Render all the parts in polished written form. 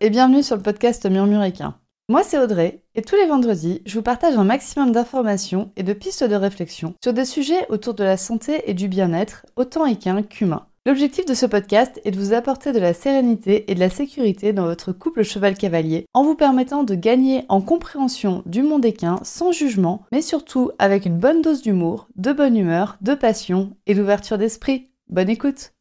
et bienvenue sur le podcast Murmuréquin. Moi c'est Audrey et tous les vendredis, je vous partage un maximum d'informations et de pistes de réflexion sur des sujets autour de la santé et du bien-être, autant équin qu'humain. L'objectif de ce podcast est de vous apporter de la sérénité et de la sécurité dans votre couple cheval-cavalier en vous permettant de gagner en compréhension du monde équin sans jugement, mais surtout avec une bonne dose d'humour, de bonne humeur, de passion et d'ouverture d'esprit. Bonne écoute!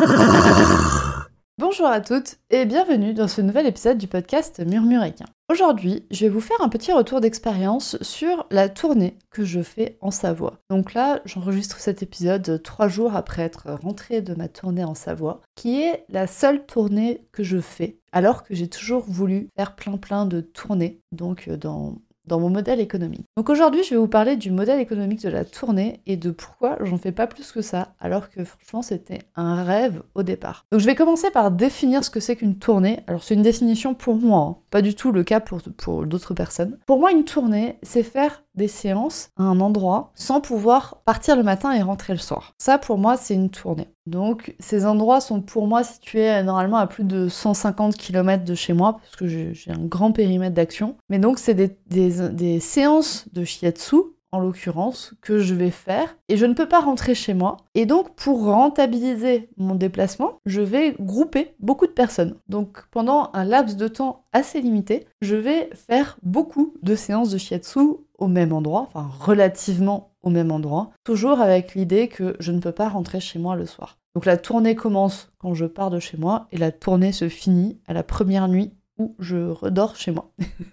Bonjour à toutes et bienvenue dans ce nouvel épisode du podcast Murmuréquin. Aujourd'hui, je vais vous faire un petit retour d'expérience sur la tournée que je fais en Savoie. Donc là, j'enregistre cet épisode 3 jours après être rentrée de ma tournée en Savoie, qui est la seule tournée que je fais, alors que j'ai toujours voulu faire plein de tournées, donc dans mon modèle économique. Donc aujourd'hui, je vais vous parler du modèle économique de la tournée et de pourquoi j'en fais pas plus que ça, alors que franchement, c'était un rêve au départ. Donc je vais commencer par définir ce que c'est qu'une tournée. Alors c'est une définition pour moi, hein, pas du tout le cas pour d'autres personnes. Pour moi, une tournée, c'est faire des séances à un endroit sans pouvoir partir le matin et rentrer le soir. Ça, pour moi, c'est une tournée. Donc, ces endroits sont pour moi situés normalement à plus de 150 km de chez moi, parce que j'ai un grand périmètre d'action. Mais donc, c'est des séances de shiatsu, en l'occurrence, que je vais faire, et je ne peux pas rentrer chez moi. Et donc, pour rentabiliser mon déplacement, je vais grouper beaucoup de personnes. Donc, pendant un laps de temps assez limité, je vais faire beaucoup de séances de shiatsu au même endroit, enfin relativement au même endroit, toujours avec l'idée que je ne peux pas rentrer chez moi le soir. Donc la tournée commence quand je pars de chez moi et la tournée se finit à la première nuit où je redors chez moi.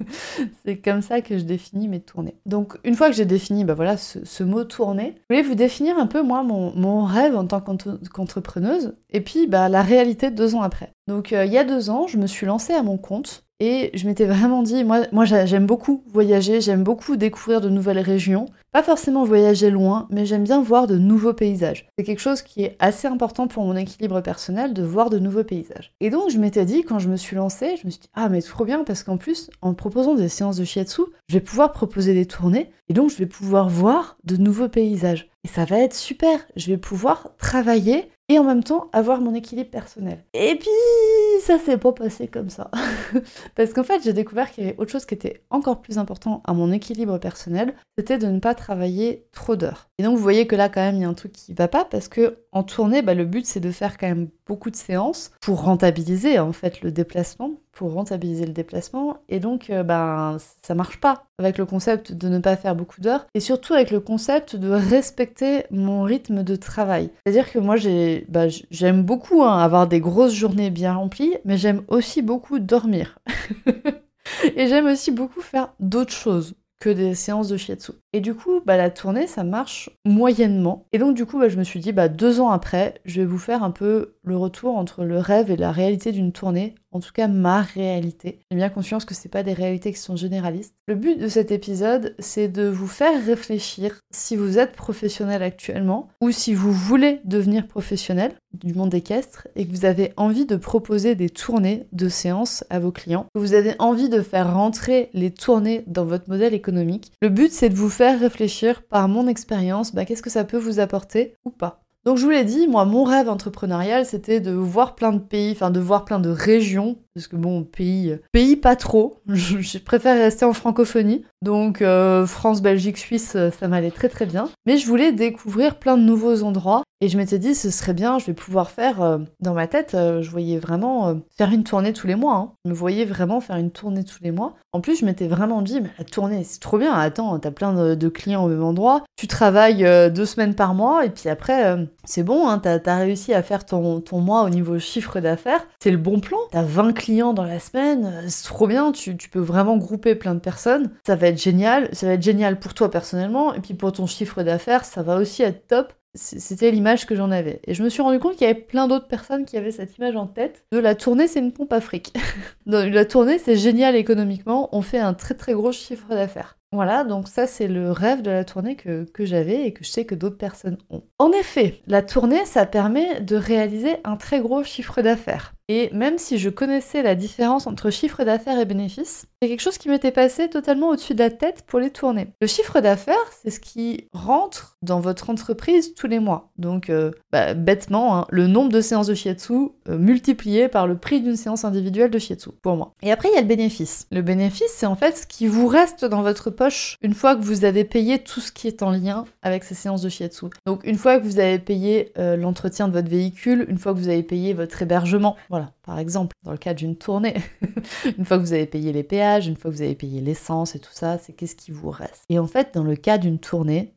C'est comme ça que je définis mes tournées. Donc une fois que j'ai défini ce mot tournée, je voulais vous définir un peu moi mon rêve en tant qu'entrepreneuse et puis la réalité 2 ans après. Donc il y a 2 ans, je me suis lancée à mon compte. Et je m'étais vraiment dit, moi j'aime beaucoup voyager, j'aime beaucoup découvrir de nouvelles régions. Pas forcément voyager loin, mais j'aime bien voir de nouveaux paysages. C'est quelque chose qui est assez important pour mon équilibre personnel, de voir de nouveaux paysages. Et donc je m'étais dit, quand je me suis lancée, je me suis dit, ah mais trop bien, parce qu'en plus, en proposant des séances de shiatsu, je vais pouvoir proposer des tournées, et donc je vais pouvoir voir de nouveaux paysages. Et ça va être super, je vais pouvoir travailler et en même temps avoir mon équilibre personnel. Et puis, ça s'est pas passé comme ça. Parce qu'en fait, j'ai découvert qu'il y avait autre chose qui était encore plus important à mon équilibre personnel, c'était de ne pas travailler trop d'heures. Et donc, vous voyez que là, quand même, il y a un truc qui va pas, parce que en tournée, le but, c'est de faire quand même beaucoup de séances pour rentabiliser, en fait, le déplacement. Et donc ça marche pas avec le concept de ne pas faire beaucoup d'heures et surtout avec le concept de respecter mon rythme de travail. C'est-à-dire que moi j'aime beaucoup avoir des grosses journées bien remplies, mais j'aime aussi beaucoup dormir. Et j'aime aussi beaucoup faire d'autres choses que des séances de shiatsu. Et du coup, la tournée, ça marche moyennement. Et donc, du coup, je me suis dit, 2 ans après, je vais vous faire un peu le retour entre le rêve et la réalité d'une tournée. En tout cas, ma réalité. J'ai bien conscience que c'est pas des réalités qui sont généralistes. Le but de cet épisode, c'est de vous faire réfléchir si vous êtes professionnel actuellement ou si vous voulez devenir professionnel du monde équestre et que vous avez envie de proposer des tournées de séances à vos clients, que vous avez envie de faire rentrer les tournées dans votre modèle économique. Le but, c'est de vous faire réfléchir par mon expérience, qu'est-ce que ça peut vous apporter ou pas. Donc je vous l'ai dit, moi mon rêve entrepreneurial c'était de voir plein de pays, de voir plein de régions, parce que pays pas trop, je préfère rester en francophonie, donc France, Belgique, Suisse, ça m'allait très très bien, mais je voulais découvrir plein de nouveaux endroits, et je m'étais dit ce serait bien, je vais pouvoir faire, dans ma tête, je voyais vraiment faire une tournée tous les mois, je me voyais vraiment faire une tournée tous les mois. En plus je m'étais vraiment dit, mais la tournée c'est trop bien, attends, t'as plein de clients au même endroit, tu travailles 2 semaines par mois, et puis après... c'est bon, t'as réussi à faire ton mois au niveau chiffre d'affaires, c'est le bon plan, t'as 20 clients dans la semaine, c'est trop bien, tu peux vraiment grouper plein de personnes, ça va être génial pour toi personnellement, et puis pour ton chiffre d'affaires, ça va aussi être top. C'était l'image que j'en avais. Et je me suis rendu compte qu'il y avait plein d'autres personnes qui avaient cette image en tête de la tournée, c'est une pompe à fric. La tournée, c'est génial économiquement, on fait un très très gros chiffre d'affaires. Voilà, donc ça c'est le rêve de la tournée que j'avais et que je sais que d'autres personnes ont. En effet, la tournée, ça permet de réaliser un très gros chiffre d'affaires. Et même si je connaissais la différence entre chiffre d'affaires et bénéfice, c'est quelque chose qui m'était passé totalement au-dessus de la tête pour les tournées. Le chiffre d'affaires, c'est ce qui rentre dans votre entreprise tous les mois. Donc, bêtement, hein, le nombre de séances de shiatsu multiplié par le prix d'une séance individuelle de shiatsu, pour moi. Et après, il y a le bénéfice. Le bénéfice, c'est en fait ce qui vous reste dans votre poche une fois que vous avez payé tout ce qui est en lien avec ces séances de shiatsu. Donc, une fois que vous avez payé l'entretien de votre véhicule, une fois que vous avez payé votre hébergement, voilà, par exemple, dans le cas d'une tournée, une fois que vous avez payé les péages, une fois que vous avez payé l'essence et tout ça, c'est qu'est-ce qui vous reste. Et en fait, dans le cas d'une tournée,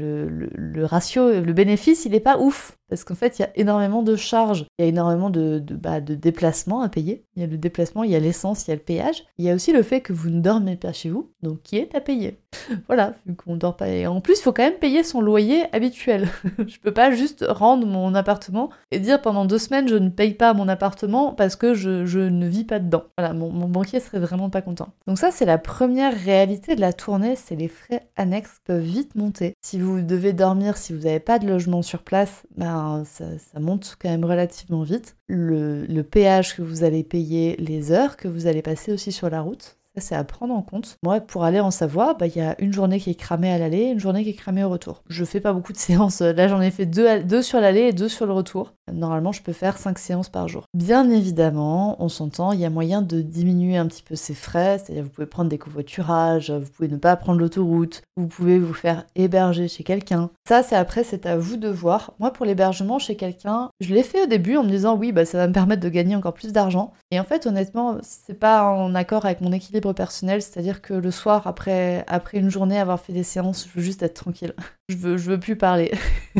le ratio, le bénéfice, il est pas ouf. Parce qu'en fait, il y a énormément de charges, il y a énormément de déplacements à payer. Il y a le déplacement, il y a l'essence, il y a le péage. Il y a aussi le fait que vous ne dormez pas chez vous, donc qui est à payer. Voilà, vu qu'on dort pas. Et en plus, il faut quand même payer son loyer habituel. Je peux pas juste rendre mon appartement et dire pendant 2 semaines, je ne paye pas mon appartement parce que je ne vis pas dedans. Voilà, mon banquier serait vraiment pas content. Donc ça, c'est la première réalité de la tournée, c'est les frais annexes qui peuvent vite monter. Si vous devez dormir, si vous n'avez pas de logement sur place, ça monte quand même relativement vite. Le péage que vous allez payer, les heures que vous allez passer aussi sur la route, ça c'est à prendre en compte. Moi, pour aller en Savoie, il y a une journée qui est cramée à l'aller, une journée qui est cramée au retour. Je fais pas beaucoup de séances. Là, j'en ai fait 2 sur l'aller et 2 sur le retour. Normalement, je peux faire 5 séances par jour. Bien évidemment, on s'entend, il y a moyen de diminuer un petit peu ces frais, c'est-à-dire vous pouvez prendre des covoiturages, vous pouvez ne pas prendre l'autoroute, vous pouvez vous faire héberger chez quelqu'un. Ça, c'est à vous de voir. Moi, pour l'hébergement chez quelqu'un, je l'ai fait au début en me disant oui, ça va me permettre de gagner encore plus d'argent. Et en fait, honnêtement, c'est pas en accord avec mon équilibre personnel, c'est-à-dire que le soir, après une journée, avoir fait des séances, je veux juste être tranquille. Je veux plus parler.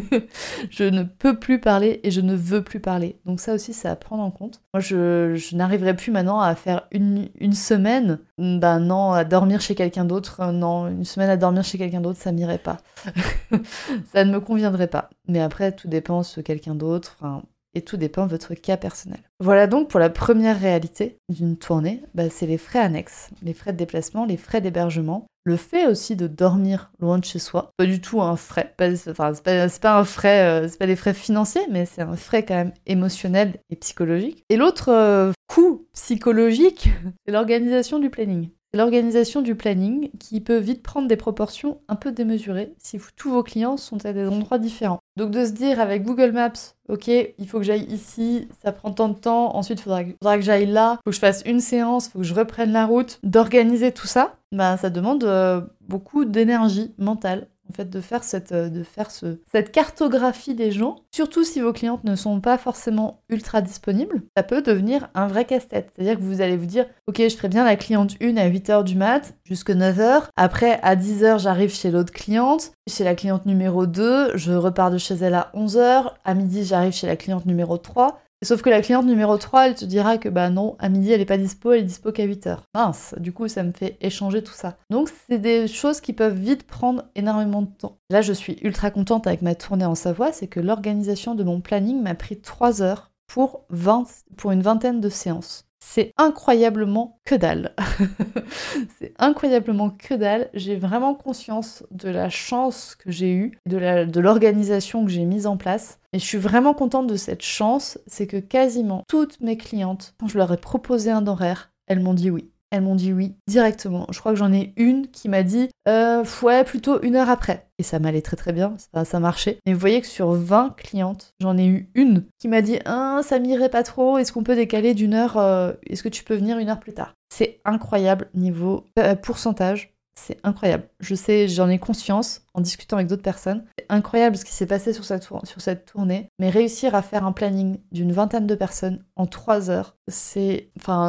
Je ne peux plus parler et je ne veux plus parler. Donc ça aussi, c'est à prendre en compte. Moi, je n'arriverai plus maintenant à faire une semaine, non, à dormir chez quelqu'un d'autre. Non, une semaine à dormir chez quelqu'un d'autre, ça m'irait pas. Ça ne me conviendrait pas. Mais après, tout dépend de quelqu'un d'autre. Et tout dépend de votre cas personnel. Voilà donc pour la première réalité d'une tournée, c'est les frais annexes, les frais de déplacement, les frais d'hébergement, le fait aussi de dormir loin de chez soi, pas du tout un frais, c'est pas un frais, c'est pas des frais financiers, mais c'est un frais quand même émotionnel et psychologique. Et l'autre coût psychologique, c'est l'organisation du planning. C'est l'organisation du planning qui peut vite prendre des proportions un peu démesurées si tous vos clients sont à des endroits différents. Donc de se dire avec Google Maps, ok, il faut que j'aille ici, ça prend tant de temps, ensuite il faudra que j'aille là, il faut que je fasse une séance, il faut que je reprenne la route, d'organiser tout ça, ça demande beaucoup d'énergie mentale. En fait, de faire cette cartographie des gens, surtout si vos clientes ne sont pas forcément ultra disponibles, ça peut devenir un vrai casse-tête. C'est-à-dire que vous allez vous dire, ok, je ferai bien la cliente 1 à 8h du mat, jusqu'à 9h. Après, à 10h, j'arrive chez l'autre cliente. Chez la cliente numéro 2, je repars de chez elle à 11h. À midi, j'arrive chez la cliente numéro 3. Sauf que la cliente numéro 3, elle te dira que non, à midi, elle est pas dispo, elle est dispo qu'à 8h. Mince, du coup, ça me fait échanger tout ça. Donc, c'est des choses qui peuvent vite prendre énormément de temps. Là, je suis ultra contente avec ma tournée en Savoie, c'est que l'organisation de mon planning m'a pris 3 heures pour une vingtaine de séances. C'est incroyablement que dalle. C'est incroyablement que dalle. J'ai vraiment conscience de la chance que j'ai eue, de l'organisation que j'ai mise en place. Et je suis vraiment contente de cette chance, c'est que quasiment toutes mes clientes, quand je leur ai proposé un horaire, elles m'ont dit oui. Elles m'ont dit oui directement. Je crois que j'en ai une qui m'a dit ouais, plutôt 1 heure après. Et ça m'allait très très bien, ça marchait. Mais vous voyez que sur 20 clientes, j'en ai eu une qui m'a dit ça m'irait pas trop, est-ce qu'on peut décaler d'1 heure, est-ce que tu peux venir 1 heure plus tard? C'est incroyable niveau pourcentage. C'est incroyable. Je sais, j'en ai conscience en discutant avec d'autres personnes. C'est incroyable ce qui s'est passé sur cette tournée. Mais réussir à faire un planning d'une vingtaine de personnes en 3 heures, c'est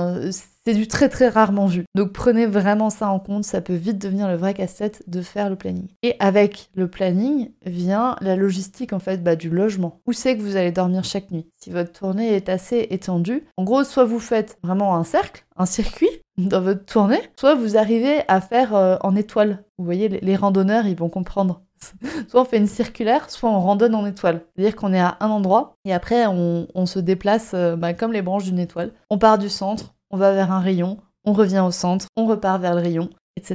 du très très rarement vu. Donc prenez vraiment ça en compte, ça peut vite devenir le vrai casse-tête de faire le planning. Et avec le planning vient la logistique en fait du logement. Où c'est que vous allez dormir chaque nuit? Si votre tournée est assez étendue, en gros soit vous faites vraiment un circuit dans votre tournée, soit vous arrivez à faire en étoile. Vous voyez, les randonneurs, ils vont comprendre. Soit on fait une circulaire, soit on randonne en étoile. C'est-à-dire qu'on est à un endroit et après on se déplace comme les branches d'une étoile. On part du centre, on va vers un rayon, on revient au centre, on repart vers le rayon, etc.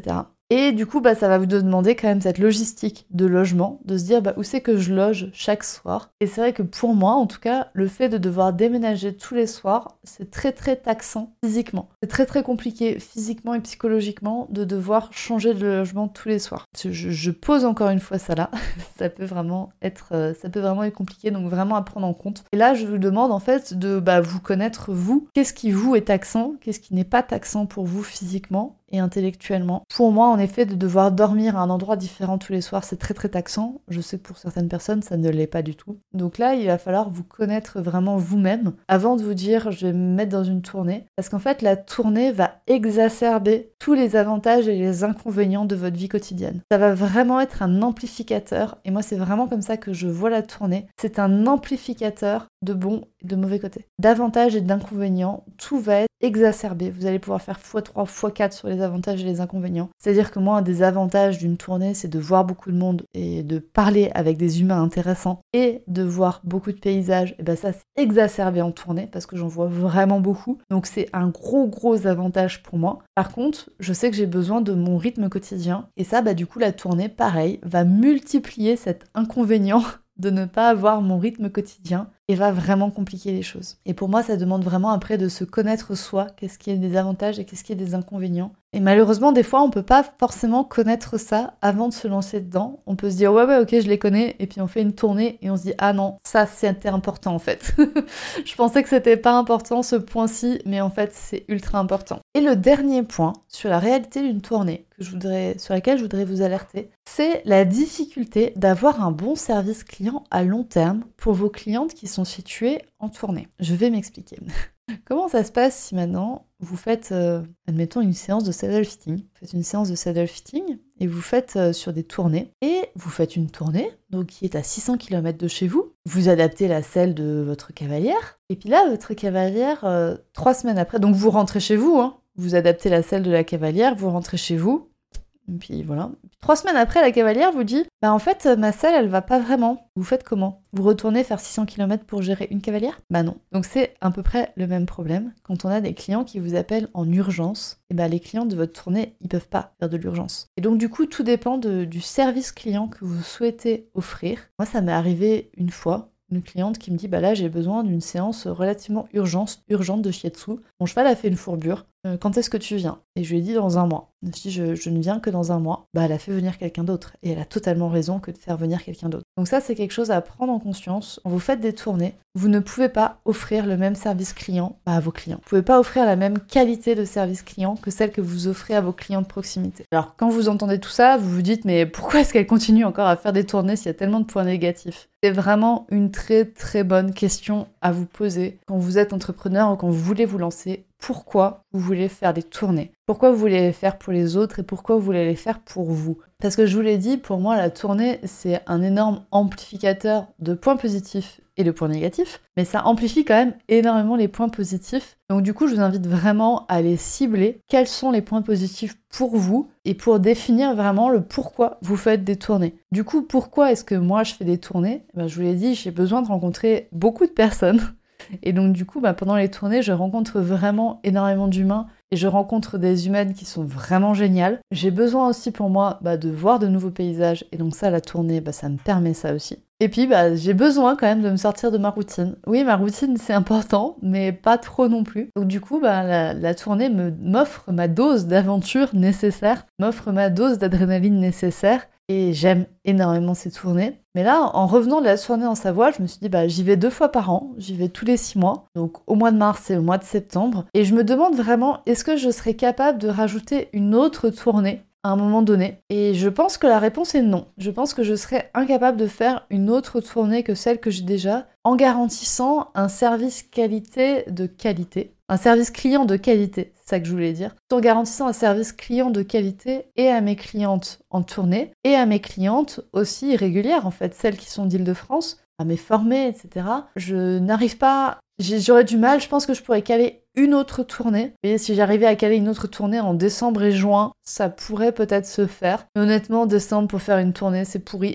Et du coup, ça va vous demander quand même cette logistique de logement, de se dire où c'est que je loge chaque soir. Et c'est vrai que pour moi, en tout cas, le fait de devoir déménager tous les soirs, c'est très très taxant physiquement. C'est très très compliqué physiquement et psychologiquement de devoir changer de logement tous les soirs. Je pose encore une fois ça là, ça peut vraiment être compliqué, donc vraiment à prendre en compte. Et là, je vous demande en fait de vous connaître vous. Qu'est-ce qui vous est taxant, qu'est-ce qui n'est pas taxant pour vous physiquement et intellectuellement. Pour moi, en effet, de devoir dormir à un endroit différent tous les soirs, c'est très très taxant. Je sais que pour certaines personnes, ça ne l'est pas du tout. Donc là, il va falloir vous connaître vraiment vous-même avant de vous dire je vais me mettre dans une tournée. Parce qu'en fait, la tournée va exacerber tous les avantages et les inconvénients de votre vie quotidienne. Ça va vraiment être un amplificateur. Et moi, c'est vraiment comme ça que je vois la tournée. C'est un amplificateur de bons et de mauvais côtés. D'avantages et d'inconvénients, tout va être exacerbé. Vous allez pouvoir faire x3, x4 sur les avantages et les inconvénients. C'est-à-dire que moi, un des avantages d'une tournée, c'est de voir beaucoup de monde et de parler avec des humains intéressants et de voir beaucoup de paysages. Et ça, c'est exacerbé en tournée parce que j'en vois vraiment beaucoup. Donc c'est un gros avantage pour moi. Par contre, je sais que j'ai besoin de mon rythme quotidien. Et ça, du coup, la tournée, pareil, va multiplier cet inconvénient de ne pas avoir mon rythme quotidien et va vraiment compliquer les choses. Et pour moi, ça demande vraiment après de se connaître soi, qu'est-ce qui est des avantages et qu'est-ce qui est des inconvénients. Et malheureusement, des fois, on peut pas forcément connaître ça avant de se lancer dedans. On peut se dire, ouais, ok, je les connais, et puis on fait une tournée et on se dit, ah non, ça, c'était important en fait. Je pensais que c'était pas important ce point-ci, mais en fait, c'est ultra important. Et le dernier point sur la réalité d'une tournée, sur laquelle je voudrais vous alerter, c'est la difficulté d'avoir un bon service client à long terme pour vos clientes qui sont situées en tournée. Je vais m'expliquer. Comment ça se passe si maintenant vous faites, admettons, une séance de saddle fitting. Vous faites une séance de saddle fitting et vous faites sur des tournées. Et vous faites une tournée, donc qui est à 600 km de chez vous. Vous adaptez la selle de votre cavalière. Et puis là, votre cavalière, 3 semaines après, donc vous rentrez chez vous, hein. Vous adaptez la selle de la cavalière, vous rentrez chez vous. Et puis voilà. 3 semaines après, la cavalière vous dit « en fait, ma selle, elle va pas vraiment. » Vous faites comment? Vous retournez faire 600 km pour gérer une cavalière? Non. Donc c'est à peu près le même problème. Quand on a des clients qui vous appellent en urgence, les clients de votre tournée, ils peuvent pas faire de l'urgence. Et donc du coup, tout dépend du service client que vous souhaitez offrir. Moi, ça m'est arrivé une fois. Une cliente qui me dit là j'ai besoin d'une séance relativement urgente de shiatsu. Mon cheval a fait une fourbure. Quand est-ce que tu viens? Et je lui ai dit dans un mois. Je lui ai dit je ne viens que dans un mois. Elle a fait venir quelqu'un d'autre. Et elle a totalement raison que de faire venir quelqu'un d'autre. Donc ça c'est quelque chose à prendre en conscience. Quand vous faites des tournées, vous ne pouvez pas offrir le même service client à vos clients. Vous ne pouvez pas offrir la même qualité de service client que celle que vous offrez à vos clients de proximité. Alors quand vous entendez tout ça, vous vous dites mais pourquoi est-ce qu'elle continue encore à faire des tournées s'il y a tellement de points négatifs? C'est vraiment une très très bonne question à vous poser quand vous êtes entrepreneur ou quand vous voulez vous lancer. Pourquoi vous voulez faire des tournées? Pourquoi vous voulez les faire pour les autres et pourquoi vous voulez les faire pour vous? Parce que je vous l'ai dit, pour moi la tournée c'est un énorme amplificateur de points positifs et de points négatifs, mais ça amplifie quand même énormément les points positifs. Donc du coup je vous invite vraiment à les cibler, quels sont les points positifs pour vous et pour définir vraiment le pourquoi vous faites des tournées. Du coup pourquoi est-ce que moi je fais des tournées? Je vous l'ai dit, j'ai besoin de rencontrer beaucoup de personnes. Et donc du coup, pendant les tournées, je rencontre vraiment énormément d'humains et je rencontre des humaines qui sont vraiment géniales. J'ai besoin aussi pour moi de voir de nouveaux paysages et donc ça, la tournée, ça me permet ça aussi. Et puis j'ai besoin quand même de me sortir de ma routine. Oui, ma routine c'est important, mais pas trop non plus. Donc du coup, la tournée m'offre ma dose d'aventure nécessaire, m'offre ma dose d'adrénaline nécessaire. Et j'aime énormément ces tournées. Mais là, en revenant de la tournée en Savoie, je me suis dit, j'y vais 2 fois par an, j'y vais tous les 6 mois, donc au mois de mars et au mois de septembre. Et je me demande vraiment, est-ce que je serais capable de rajouter une autre tournée à un moment donné? Et je pense que la réponse est non. Je pense que je serais incapable de faire une autre tournée que celle que j'ai déjà, en garantissant un service qualité de qualité. Un service client de qualité, c'est ça que je voulais dire. Tout en garantissant un service client de qualité et à mes clientes en tournée et à mes clientes aussi régulières, en fait, celles qui sont d'Île-de-France, à mes formées, etc. Je n'arrive pas... J'aurais du mal, je pense que je pourrais caler une autre tournée. Et si j'arrivais à caler une autre tournée en décembre et juin, ça pourrait peut-être se faire. Mais honnêtement, décembre pour faire une tournée, c'est pourri.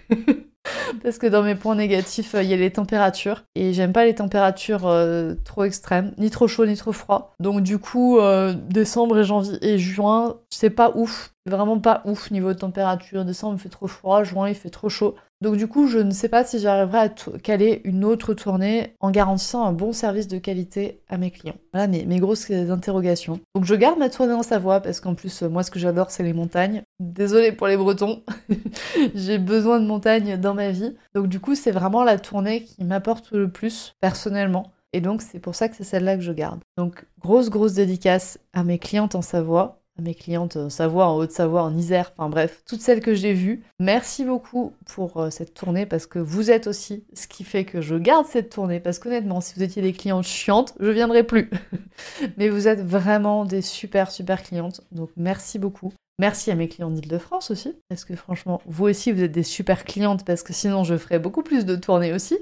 Parce que dans mes points négatifs, il y a les températures. Et j'aime pas les températures trop extrêmes, ni trop chaud, ni trop froid. Donc du coup, décembre et janvier et juin, c'est pas ouf. vraiment pas ouf niveau de température. Décembre, il fait trop froid, juin, il fait trop chaud. Donc du coup, je ne sais pas si j'arriverai à caler une autre tournée en garantissant un bon service de qualité à mes clients. Voilà mes grosses interrogations. Donc je garde ma tournée en Savoie parce qu'en plus, moi, ce que j'adore, c'est les montagnes. Désolée pour les Bretons, j'ai besoin de montagnes dans ma vie. Donc du coup, c'est vraiment la tournée qui m'apporte le plus personnellement. Et donc, c'est pour ça que c'est celle-là que je garde. Donc, grosse dédicace à mes clientes en Savoie, à mes clientes en Savoie, en Haute-Savoie, en Isère, enfin bref, toutes celles que j'ai vues. Merci beaucoup pour cette tournée parce que vous êtes aussi ce qui fait que je garde cette tournée. Parce qu'honnêtement, si vous étiez des clientes chiantes, je viendrai plus. Mais vous êtes vraiment des super clientes. Donc, merci beaucoup. Merci à mes clients d'Île-de-France aussi, parce que franchement, vous aussi, vous êtes des super clientes, parce que sinon, je ferais beaucoup plus de tournées aussi.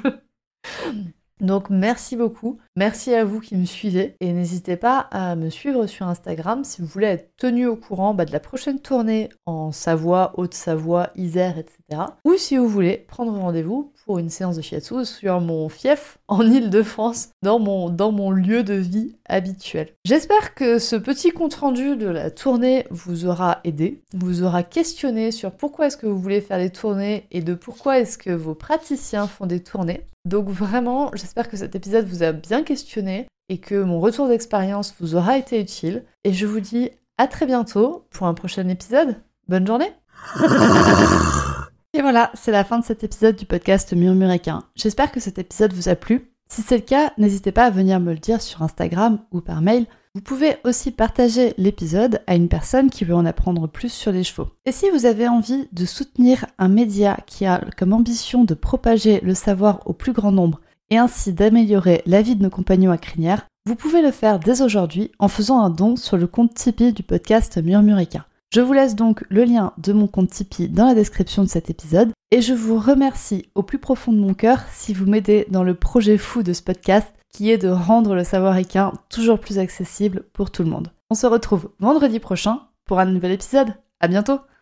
Donc merci beaucoup, merci à vous qui me suivez et n'hésitez pas à me suivre sur Instagram si vous voulez être tenu au courant de la prochaine tournée en Savoie, Haute-Savoie, Isère, etc. Ou si vous voulez prendre rendez-vous pour une séance de shiatsu sur mon fief en Île-de-France, dans mon lieu de vie habituel. J'espère que ce petit compte-rendu de la tournée vous aura aidé, vous aura questionné sur pourquoi est-ce que vous voulez faire des tournées et de pourquoi est-ce que vos praticiens font des tournées. Donc vraiment, j'espère que cet épisode vous a bien questionné et que mon retour d'expérience vous aura été utile. Et je vous dis à très bientôt pour un prochain épisode. Bonne journée. Et voilà, c'est la fin de cet épisode du podcast Murmuréquin. J'espère que cet épisode vous a plu. Si c'est le cas, n'hésitez pas à venir me le dire sur Instagram ou par mail. Vous pouvez aussi partager l'épisode à une personne qui veut en apprendre plus sur les chevaux. Et si vous avez envie de soutenir un média qui a comme ambition de propager le savoir au plus grand nombre et ainsi d'améliorer la vie de nos compagnons à crinière, vous pouvez le faire dès aujourd'hui en faisant un don sur le compte Tipeee du podcast Murmuréquin. Je vous laisse donc le lien de mon compte Tipeee dans la description de cet épisode et je vous remercie au plus profond de mon cœur si vous m'aidez dans le projet fou de ce podcast qui est de rendre le savoir équin toujours plus accessible pour tout le monde. On se retrouve vendredi prochain pour un nouvel épisode. À bientôt!